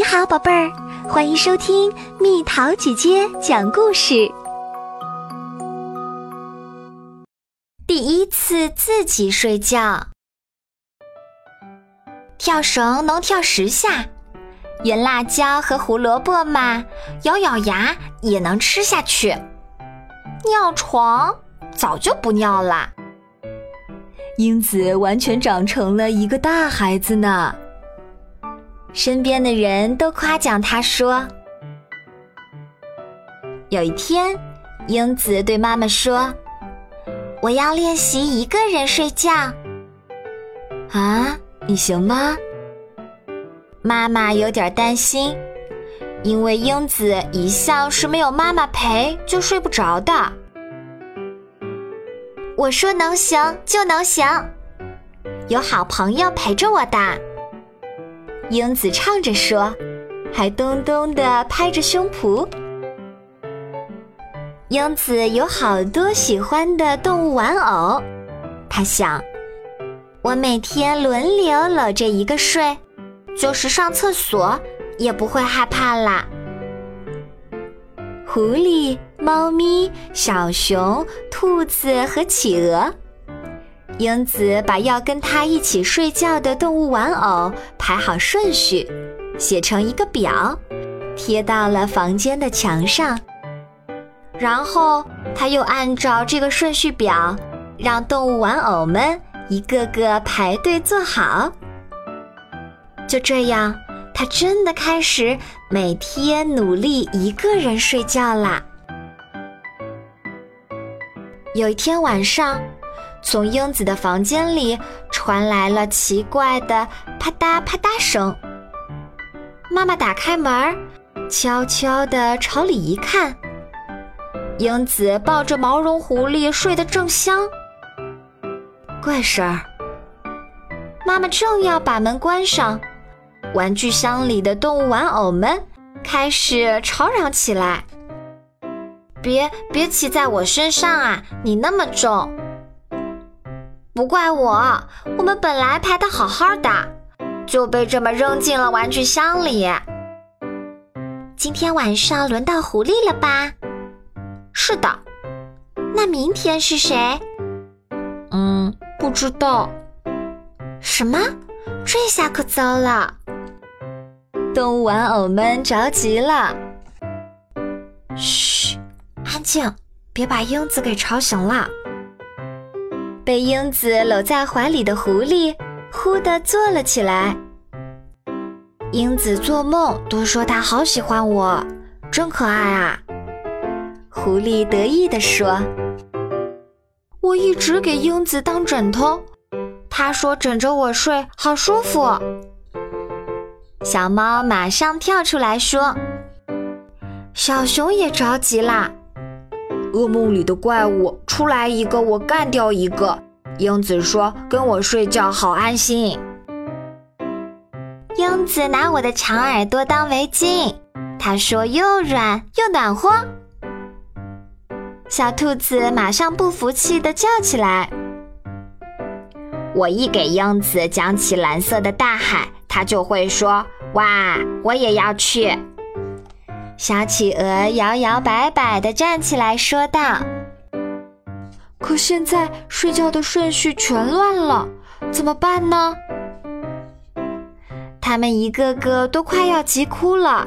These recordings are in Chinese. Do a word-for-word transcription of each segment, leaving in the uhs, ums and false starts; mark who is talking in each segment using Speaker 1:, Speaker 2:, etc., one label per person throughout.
Speaker 1: 好，宝贝儿，欢迎收听蜜桃姐姐讲故事。第一次自己睡觉，跳绳能跳十下，圆辣椒和胡萝卜嘛，咬咬牙也能吃下去。尿床早就不尿了。
Speaker 2: 英子完全长成了一个大孩子呢。
Speaker 1: 身边的人都夸奖他说。有一天，英子对妈妈说，我要练习一个人睡觉。
Speaker 2: 啊，你行吗？
Speaker 1: 妈妈有点担心，因为英子一向是没有妈妈陪就睡不着的。我说能行就能行，有好朋友陪着我的。英子唱着说，还咚咚地拍着胸脯。英子有好多喜欢的动物玩偶，她想，我每天轮流搂着一个睡，就是上厕所也不会害怕啦。狐狸、猫咪、小熊、兔子和企鹅，英子把要跟她一起睡觉的动物玩偶排好顺序，写成一个表，贴到了房间的墙上。然后她又按照这个顺序表，让动物玩偶们一个个排队坐好。就这样，她真的开始每天努力一个人睡觉啦。有一天晚上，从英子的房间里传来了奇怪的啪嗒啪嗒声。妈妈打开门，悄悄地朝里一看，英子抱着毛绒狐狸睡得正香。怪事儿！妈妈正要把门关上，玩具箱里的动物玩偶们开始吵嚷起来。别别骑在我身上啊，你那么重。不怪我，我们本来排得好好的，就被这么扔进了玩具箱里。今天晚上轮到狐狸了吧？是的。那明天是谁？嗯，不知道。什么？这下可糟了。
Speaker 2: 动物玩偶们着急了。
Speaker 1: 嘘，安静，别把英子给吵醒了。被英子搂在怀里的狐狸忽地坐了起来。英子做梦都说她好喜欢我，真可爱啊。狐狸得意地说，我一直给英子当枕头，她说枕着我睡好舒服。小猫马上跳出来说，小熊也着急啦。噩梦里的怪物出来一个我干掉一个，英子说跟我睡觉好安心。英子拿我的长耳朵当围巾，她说又软又暖和。小兔子马上不服气地叫起来，我一给英子讲起蓝色的大海，她就会说，哇，我也要去。小企鹅摇摇摆摆地站起来说道，可现在睡觉的顺序全乱了，怎么办呢？他们一个个都快要急哭了。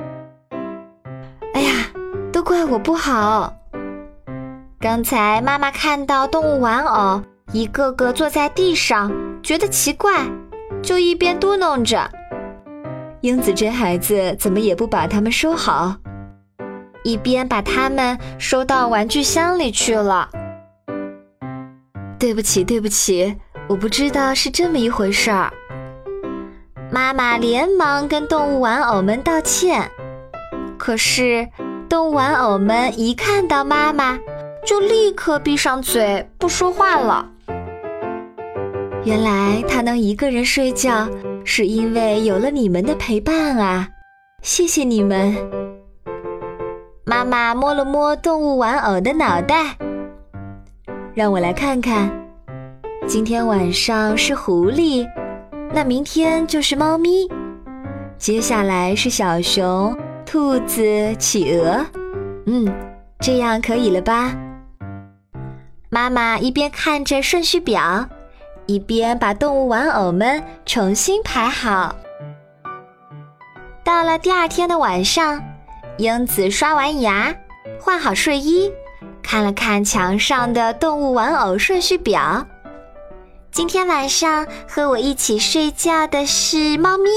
Speaker 1: 哎呀，都怪我不好。刚才妈妈看到动物玩偶一个个坐在地上，觉得奇怪，就一边嘟囔着，
Speaker 2: 英子这孩子怎么也不把它们收好，
Speaker 1: 一边把它们收到玩具箱里去了。
Speaker 2: 对不起对不起，我不知道是这么一回事儿。
Speaker 1: 妈妈连忙跟动物玩偶们道歉，可是动物玩偶们一看到妈妈就立刻闭上嘴不说话了。
Speaker 2: 原来他能一个人睡觉，是因为有了你们的陪伴啊，谢谢你们。
Speaker 1: 妈妈摸了摸动物玩偶的脑袋，
Speaker 2: 让我来看看，今天晚上是狐狸，那明天就是猫咪， 接下来是小熊、兔子、企鹅。嗯，这样可以了吧？
Speaker 1: 妈妈一边看着顺序表，一边把动物玩偶们重新排好。到了第二天的晚上，英子刷完牙，换好睡衣，看了看墙上的动物玩偶顺序表。今天晚上和我一起睡觉的是猫咪。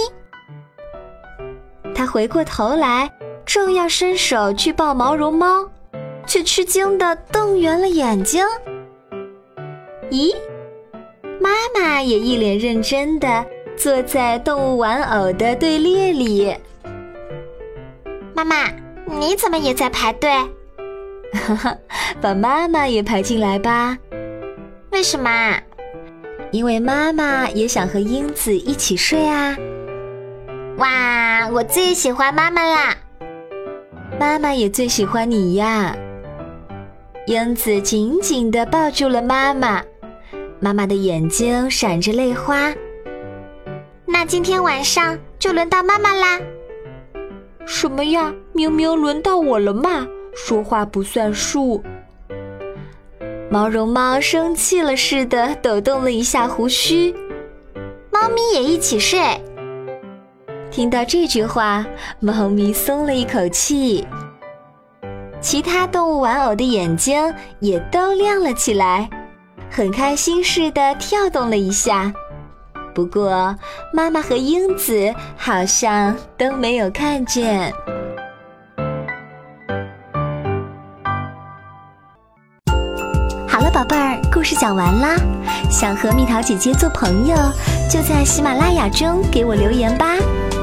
Speaker 1: 他回过头来，正要伸手去抱毛绒猫，却吃惊地瞪圆了眼睛。咦，妈妈也一脸认真地坐在动物玩偶的队列里。妈妈，你怎么也在排队？
Speaker 2: 哈哈，把妈妈也排进来吧。
Speaker 1: 为什么？
Speaker 2: 因为妈妈也想和英子一起睡啊。
Speaker 1: 哇，我最喜欢妈妈啦！
Speaker 2: 妈妈也最喜欢你呀。英子紧紧地抱住了妈妈，妈妈的眼睛闪着泪花。
Speaker 1: 那今天晚上就轮到妈妈啦。
Speaker 2: 什么呀？明明轮到我了嘛，说话不算数。毛绒猫生气了似的抖动了一下胡须。
Speaker 1: 猫咪也一起睡。
Speaker 2: 听到这句话，猫咪松了一口气。其他动物玩偶的眼睛也都亮了起来，很开心似的跳动了一下。不过妈妈和英子好像都没有看见。
Speaker 1: 好了，宝贝儿，故事讲完啦。想和蜜桃姐姐做朋友，就在喜马拉雅中给我留言吧。